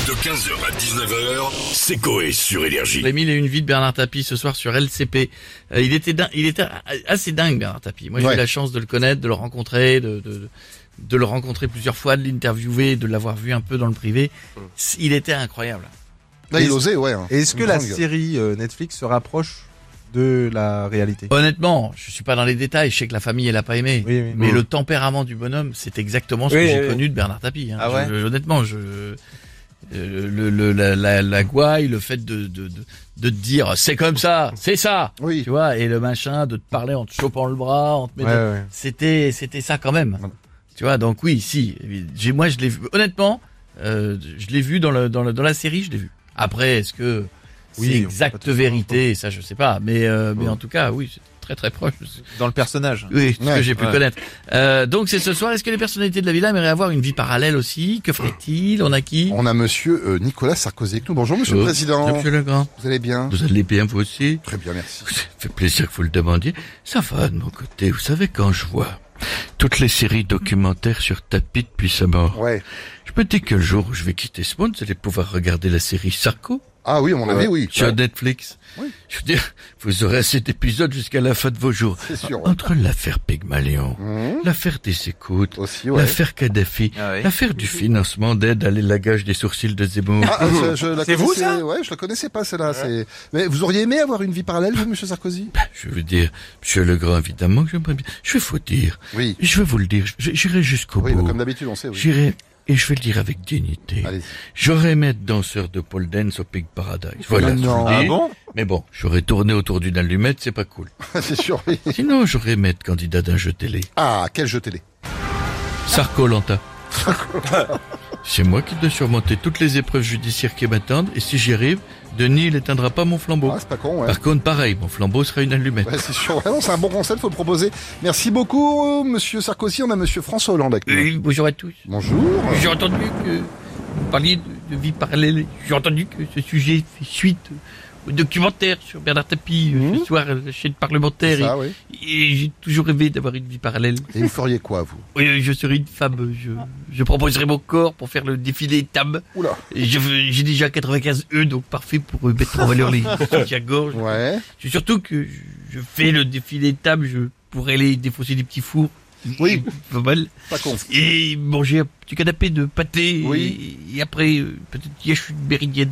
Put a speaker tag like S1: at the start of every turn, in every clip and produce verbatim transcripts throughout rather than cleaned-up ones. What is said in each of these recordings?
S1: De quinze heures à dix-neuf heures, c'est Coé sur Énergie.
S2: Rémi, il a eu une vie de Bernard Tapie ce soir sur L C P. Euh, il était din- il était assez dingue, Bernard Tapie. Moi, j'ai
S3: Ouais.
S2: eu la chance de le connaître, de le rencontrer, de, de, de le rencontrer plusieurs fois, de l'interviewer, de l'avoir vu un peu dans le privé. Il était incroyable.
S3: Là, il osait, ouais. hein.
S4: Et est-ce que
S3: Une
S4: la
S3: grande gueule.
S4: série euh, Netflix se rapproche de la réalité?
S2: Honnêtement, je suis pas dans les détails. Je sais que la famille, elle a pas aimé.
S4: Oui, oui.
S2: Mais
S4: Mmh.
S2: le tempérament du bonhomme, c'est exactement ce
S5: Oui,
S2: que j'ai
S5: oui,
S2: connu de Bernard Tapie. Hein.
S4: Ah ouais
S2: Je- je- honnêtement, je, euh, le, le, la, la, la gouaille, le fait de, de, de, de te dire c'est comme ça, c'est ça,
S3: Oui.
S2: tu vois, et le machin, de te parler en te chopant le bras, en te mettant,
S4: Ouais, ouais.
S2: c'était, c'était ça quand même.
S3: Voilà.
S2: Tu vois, donc oui, si, j'ai, moi je l'ai vu, honnêtement, euh, je l'ai vu dans le, dans le, dans la série, je l'ai vu. Après, est-ce que c'est
S4: Oui, on peut pas
S2: exacte
S4: tout
S2: vérité, ça je sais pas, mais, euh, mais
S4: Ouais.
S2: en tout cas, oui, c'est très très proche.
S4: Dans le personnage.
S2: Oui, ce
S3: Ouais,
S2: que j'ai pu
S4: ouais.
S2: connaître. Euh, donc c'est ce soir. Est-ce que les personnalités de la villa aimeraient avoir une vie parallèle aussi? Que ferait-il? On a qui?
S3: On a monsieur euh, Nicolas Sarkozy avec nous. Bonjour, monsieur le
S2: Bonjour.
S3: président.
S2: Monsieur Legrand.
S3: Vous allez bien?
S2: Vous allez bien vous aussi?
S3: Très bien, merci.
S2: Ça fait plaisir que vous le demandiez. Ça va de mon côté. Vous savez, quand je vois toutes les séries documentaires sur Tapie depuis sa mort,
S3: Ouais.
S2: je me dis que le jour où je vais quitter ce monde, vous allez pouvoir regarder la série Sarko
S3: Ah oui, à mon avis, oui.
S2: sur
S3: Ouais,
S2: Netflix.
S3: Oui.
S2: Je veux dire, vous aurez cet épisode jusqu'à la fin de vos jours.
S3: C'est sûr. Ouais.
S2: Entre l'affaire Pygmalion,
S3: Mmh.
S2: l'affaire des écoutes,
S3: Aussi, ouais.
S2: l'affaire Kadhafi,
S4: Ah ouais.
S2: l'affaire du financement d'aide à l'élagage des sourcils de Zemmour.
S3: Ah, je, je la
S5: C'est vous,
S3: connaissais,
S5: ça
S3: ouais, je la connaissais pas, celle-là. C'est. Mais vous auriez aimé avoir une vie parallèle, vous, monsieur Sarkozy?
S2: Je veux dire, monsieur Legrand, évidemment que j'aimerais bien. Je vais vous dire,
S3: Oui.
S2: je vais vous le dire, je- j'irai jusqu'au
S3: Oui, bah,
S2: bout.
S3: comme d'habitude, on sait, oui.
S2: J'irai, et je vais le dire avec dignité.
S3: Allez-y.
S2: J'aurais aimé être danseur de pole dance au Pig Paradise. Voilà, je
S3: non.
S2: vous le dis.
S4: Ah bon?
S2: Mais bon, j'aurais tourné autour d'une allumette, c'est pas cool.
S3: C'est sûr, oui.
S2: Sinon, j'aurais aimé être candidat d'un jeu télé.
S3: Ah, quel jeu télé?
S2: Sarko-Lanta. C'est moi qui dois surmonter toutes les épreuves judiciaires qui m'attendent, et si j'y arrive, Denis, il éteindra pas mon flambeau.
S3: Ah, c'est pas con, ouais.
S2: Par contre, pareil, mon flambeau sera une allumette.
S3: Ouais, c'est sûr. Ouais, non, c'est un bon concept, faut le proposer. Merci beaucoup, euh, monsieur Sarkozy. On a monsieur François Hollande avec nous.
S2: Euh, bonjour à tous.
S3: Bonjour.
S2: J'ai entendu que vous parliez de, de vie parallèle. J'ai entendu que ce sujet fait suite au documentaire sur Bernard Tapie euh,
S3: Mhm.
S2: ce soir à la chaîne parlementaire.
S3: C'est ça, oui.
S2: Et, et j'ai toujours rêvé d'avoir une vie parallèle.
S3: Et vous feriez quoi, vous?
S2: Oui, je serais une femme. Je, je proposerais mon corps pour faire le défilé Tam.
S3: Oula.
S2: Et je, j'ai déjà quatre-vingt-quinze E, donc parfait pour euh, mettre en valeur les soutiens-gorge.
S3: Ouais.
S2: C'est surtout que je, je fais le défilé Tam, je pourrais aller défoncer des petits fours.
S3: Oui.
S2: Pas mal.
S3: Pas con.
S2: Et manger un petit canapé de pâté.
S3: Oui.
S2: Et, et après, euh, peut-être qu'il y a une méridienne.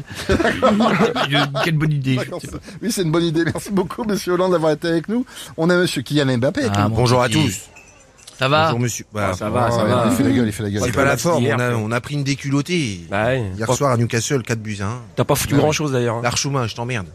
S2: Je- Quelle bonne idée. je
S3: D'accord,
S2: sais pas.
S3: c'est- Oui, c'est une bonne idée. Merci beaucoup, monsieur Hollande, d'avoir été avec nous. On a monsieur Kylian Mbappé avec
S2: Ah,
S3: nous.
S2: mon
S4: Bonjour à
S2: petit.
S4: tous.
S2: Ça va?
S4: Bonjour monsieur. Bah,
S5: Ça va,
S3: Ah,
S5: ça
S3: ouais,
S5: va.
S3: Il fait la gueule, il fait la gueule.
S4: c'est
S5: pas
S4: pas la
S5: la
S4: forme,
S5: hier,
S4: on a,
S5: quoi.
S4: on a pris une déculottée.
S5: Bah ouais.
S4: Hier soir à Newcastle, quatre buts à un.
S5: T'as pas foutu
S3: Ouais.
S5: grand chose d'ailleurs. hein.
S4: L'Archouma, je t'emmerde.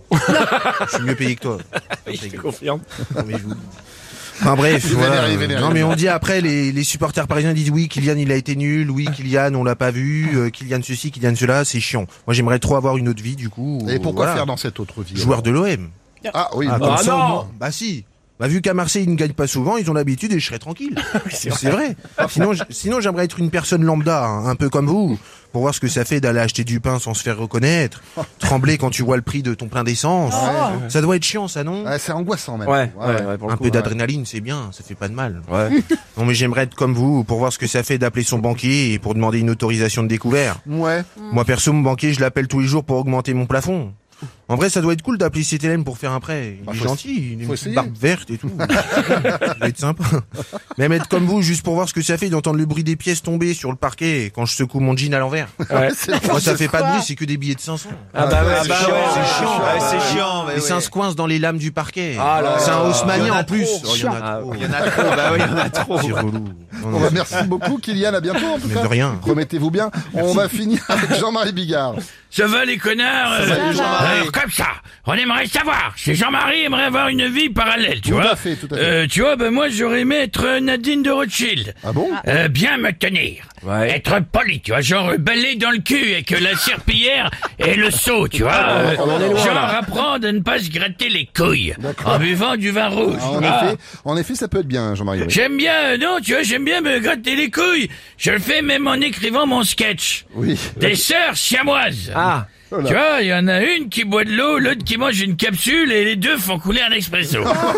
S4: Je suis mieux payé que toi.
S5: Oui, je te confirme.
S4: Non, mais je vous- Enfin bref,
S3: Il est
S4: voilà.
S3: vénère, il est vénère,
S4: Non
S3: il est
S4: mais on
S3: vénère.
S4: dit après les, les supporters parisiens disent oui Kylian il a été nul, oui Kylian on l'a pas vu, euh, Kylian ceci, Kylian cela, c'est chiant. Moi j'aimerais trop avoir une autre vie du coup.
S3: Et pourquoi
S4: voilà.
S3: faire dans cette autre vie?
S4: Joueur de l'O M.
S3: Ah oui.
S4: Ah,
S3: bon.
S4: comme
S5: Ah
S4: ça, au
S5: non
S4: moins- Bah si. Bah vu qu'à Marseille ils ne gagnent pas souvent, ils ont l'habitude et je serais tranquille. c'est vrai. Sinon, j- sinon j'aimerais être une personne lambda, hein, un peu comme vous, pour voir ce que ça fait d'aller acheter du pain sans se faire reconnaître, trembler quand tu vois le prix de ton plein d'essence. Ça doit être chiant ça non?
S3: Ah, c'est angoissant même.
S5: Ouais, ouais, ouais, pour le
S4: Un
S5: coup,
S4: peu
S5: ouais.
S4: d'adrénaline, c'est bien, ça fait pas de mal.
S5: Ouais.
S4: Non mais j'aimerais être comme vous pour voir ce que ça fait d'appeler son banquier et pour demander une autorisation de découvert.
S3: Ouais.
S4: Moi perso, mon banquier, je l'appelle tous les jours pour augmenter mon plafond. En vrai, ça doit être cool d'appeler C T L M pour faire un prêt. Il
S3: Bah,
S4: est
S3: faut
S4: gentil, il a une
S3: faut
S4: petite
S3: essayer.
S4: barbe verte et tout. Ça doit être sympa. Même être comme vous, juste pour voir ce que ça fait d'entendre le bruit des pièces tomber sur le parquet quand je secoue mon jean à l'envers.
S5: Ouais.
S3: C'est
S4: Moi, ça fait pas de bruit, c'est que des billets de cinq cents.
S5: Ah bah ouais,
S3: c'est
S5: bah
S3: chiant,
S5: ouais,
S4: c'est chiant.
S5: ouais,
S4: c'est
S5: chiant.
S4: Et ça se coince dans les lames du parquet.
S5: Ah là
S4: c'est
S5: là.
S4: un
S5: Il y
S4: haussmannien
S5: en a
S4: en plus.
S5: trop.
S4: Oh, il y en a
S5: Ah,
S4: trop.
S5: il y en a trop, bah oui, il y en a trop.
S4: C'est relou. Non,
S3: Bon,
S4: non,
S3: bah, merci beaucoup, Kylian. À bientôt, en tout
S4: mais
S3: cas.
S4: de rien.
S3: Remettez-vous bien. On va finir avec Jean-Marie Bigard.
S2: Ça va les connards?
S3: Ça va,
S2: euh,
S3: Jean-Marie.
S2: Alors comme ça, on aimerait savoir si Jean-Marie aimerait avoir une vie parallèle, tu
S3: Tout
S2: vois.
S3: à fait, tout à fait.
S2: Euh, tu vois, ben moi j'aurais aimé être Nadine de Rothschild.
S3: Ah bon?
S2: Euh, bien me tenir.
S5: Ouais.
S2: Être poli, tu vois, genre balai dans le cul avec la serpillière et le seau, tu vois. Euh,
S5: on en est loin,
S2: genre
S5: là.
S2: apprendre à ne pas se gratter les couilles
S3: D'accord.
S2: en buvant du vin rouge.
S3: Ah, en
S2: Ah.
S3: effet, en effet, ça peut être bien, Jean-Marie. oui.
S2: J'aime bien, euh, non, tu vois, j'aime bien me gratter les couilles. Je le fais même en écrivant mon sketch.
S3: Oui.
S2: Des sœurs siamoises.
S5: Ah.
S3: Voilà.
S2: Tu vois, il y en a une qui boit de l'eau, l'autre qui mange une capsule et les deux font couler un expresso.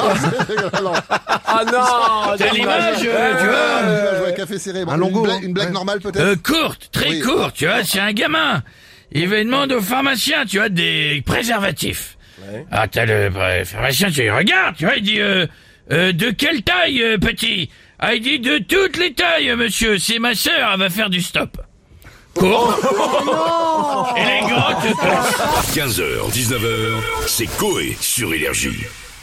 S5: Ah non.
S2: T'as l'image, euh, tu vois,
S3: Euh, je vois un café serré. Bon,
S4: Un longo,
S3: Une blague,
S4: hein.
S3: une blague
S4: Ouais.
S3: normale, peut-être?
S2: euh, courte, très
S3: Oui.
S2: courte, tu vois, c'est un gamin. il va demander au pharmacien, tu vois, des préservatifs.
S5: Ouais.
S2: Ah, t'as le euh, pharmacien, tu regardes, tu vois, il dit, euh, euh, de quelle taille, euh, petit? Ah, il dit, de toutes les tailles, euh, monsieur, c'est ma sœur, elle va faire du stop. Courte. Elle est grande.
S1: quinze heures, dix-neuf heures, c'est Coé sur Énergie.